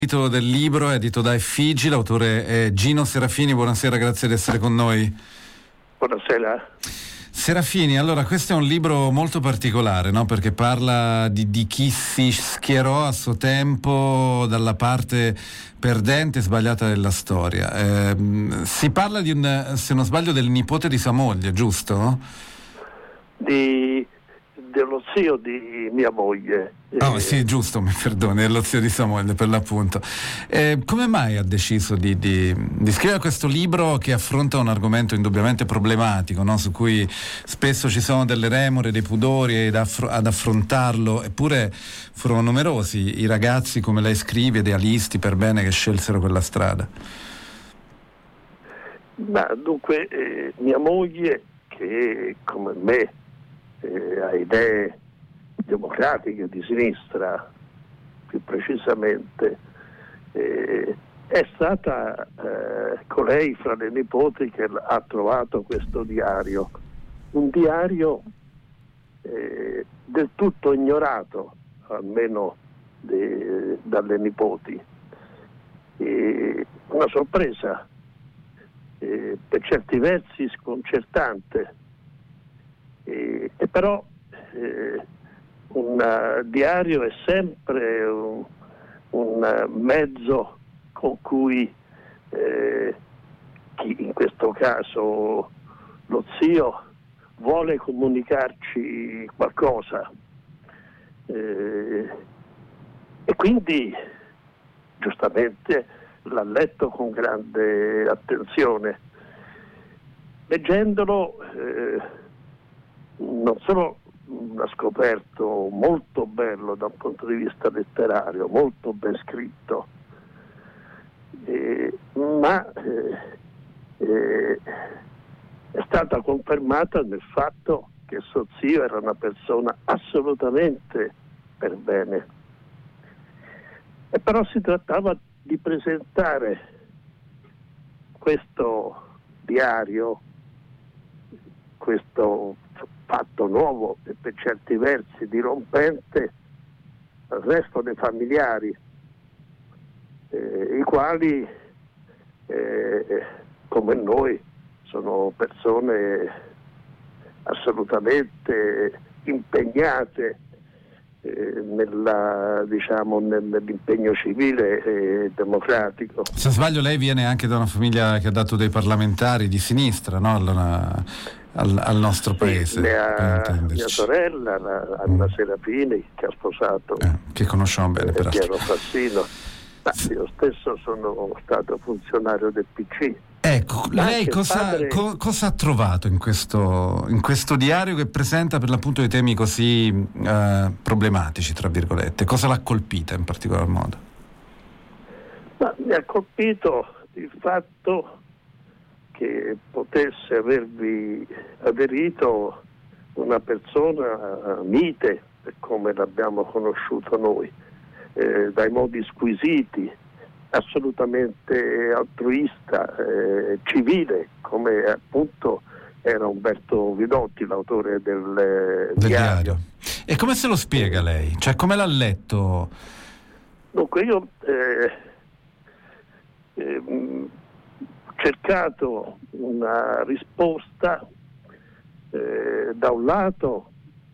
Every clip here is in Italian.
Il titolo del libro è edito da Effigi, l'autore è Gino Serafini. Buonasera, grazie di essere con noi. Buonasera. Serafini, allora questo è un libro molto particolare, no? Perché parla di chi si schierò a suo tempo dalla parte perdente e sbagliata della storia. Si parla se non sbaglio, del nipote di sua moglie, giusto? Dello zio di mia moglie. Oh, sì, giusto, mi perdoni, è lo zio di sua moglie, per l'appunto. Come mai ha deciso di scrivere questo libro che affronta un argomento indubbiamente problematico, no? Su cui spesso ci sono delle remore, dei pudori ad affrontarlo, eppure furono numerosi i ragazzi, come lei scrive, idealisti per bene, che scelsero quella strada? Ma dunque, mia moglie, che come me ha idee democratiche di sinistra, più precisamente, è stata colei fra le nipoti che ha trovato questo diario, un diario del tutto ignorato, almeno dalle nipoti, una sorpresa, per certi versi sconcertante. E però un diario è sempre un mezzo con cui chi, in questo caso lo zio, vuole comunicarci qualcosa, e quindi giustamente l'ha letto con grande attenzione. Leggendolo non solo ha scoperto molto bello da un punto di vista letterario, molto ben scritto, ma è stata confermata nel fatto che suo zio era una persona assolutamente per bene. E però si trattava di presentare questo diario, questo fatto nuovo e per certi versi dirompente, al resto dei familiari, i quali come noi sono persone assolutamente impegnate nell'impegno civile e democratico. Se non sbaglio lei viene anche da una famiglia che ha dato dei parlamentari di sinistra, no? Al nostro paese. Mia sorella, Anna Serafini, che ha sposato che conosciamo bene, Piero Fassino. Io stesso sono stato funzionario del PC. Ecco, lei cosa ha trovato in questo diario che presenta per l'appunto dei temi così problematici, tra virgolette? Cosa l'ha colpita in particolar modo? Ma mi ha colpito il fatto che potesse avervi aderito una persona mite, per come l'abbiamo conosciuto noi, dai modi squisiti, assolutamente altruista, civile, come appunto era Umberto Vidotti, l'autore del diario. E come se lo spiega lei? Cioè, come l'ha letto? Dunque, io ho cercato una risposta da un lato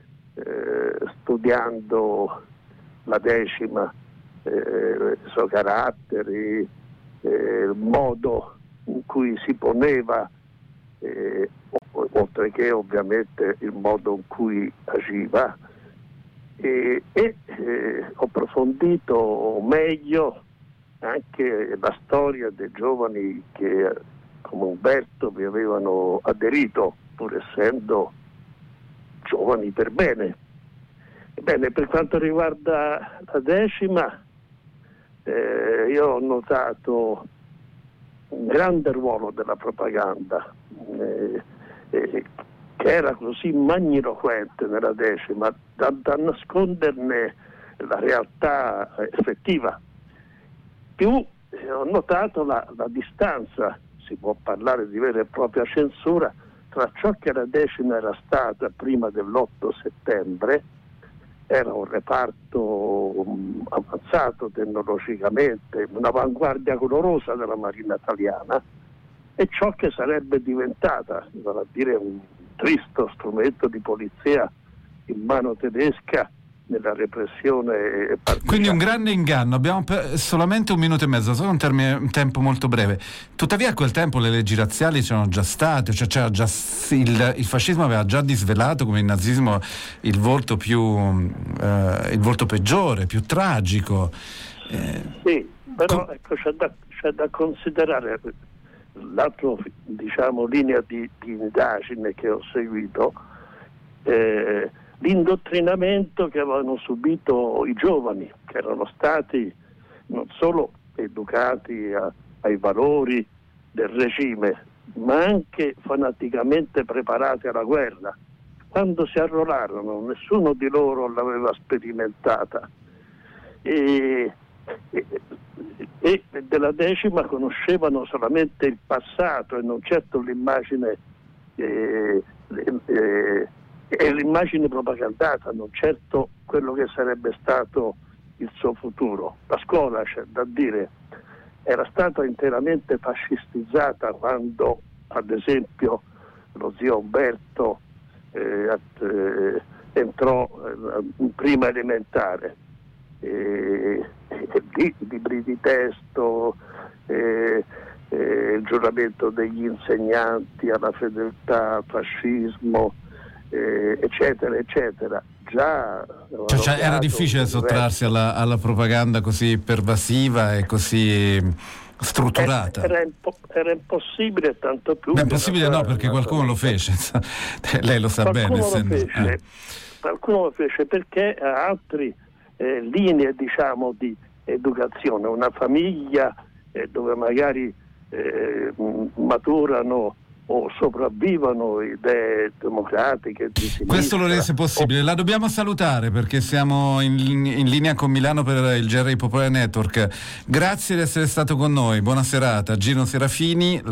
studiando la Decima, i suoi caratteri, il modo in cui si poneva, oltre che ovviamente il modo in cui agiva, e ho approfondito meglio anche la storia dei giovani che come Umberto vi avevano aderito, pur essendo giovani per bene. Ebbene, per quanto riguarda la Decima, io ho notato un grande ruolo della propaganda, che era così magniloquente nella Decima da nasconderne la realtà effettiva. Più ho notato la distanza, si può parlare di vera e propria censura, tra ciò che la Decima era stata prima dell'8 settembre era un reparto avanzato tecnologicamente, un'avanguardia colorosa della Marina italiana, e ciò che sarebbe diventata, vale a dire, un tristo strumento di polizia in mano tedesca nella repressione partigiana. Quindi un grande inganno. Abbiamo solamente 1 minuto e mezzo, solo un tempo molto breve. Tuttavia a quel tempo le leggi razziali c'erano già state, cioè c'era già il fascismo aveva già disvelato come il nazismo il volto peggiore, più tragico. Sì, però ecco, c'è da considerare l'altra, diciamo, linea di indagine che ho seguito, l'indottrinamento che avevano subito i giovani, che erano stati non solo educati ai valori del regime, ma anche fanaticamente preparati alla guerra. Quando si arruolarono nessuno di loro l'aveva sperimentata, e della Decima conoscevano solamente il passato e non certo l'immagine e l'immagine propagandata, non certo quello che sarebbe stato il suo futuro. La scuola, c'è da dire, era stata interamente fascistizzata quando, ad esempio, lo zio Umberto entrò in prima elementare. Libri di testo, il giuramento degli insegnanti alla fedeltà, fascismo, eccetera eccetera. Già cioè era difficile sottrarsi alla propaganda così pervasiva e così strutturata. Era impossibile, tanto più. Beh, impossibile no, perché qualcuno lo fece. Lei lo sa bene. Qualcuno lo fece perché ha altre linee, diciamo, di educazione, una famiglia dove magari maturano o sopravvivono idee democratiche di sinistra. Questo lo rese possibile. La dobbiamo salutare perché siamo in linea con Milano per il GRI Popolare Network. Grazie di essere stato con noi, buona serata. Gino Serafini.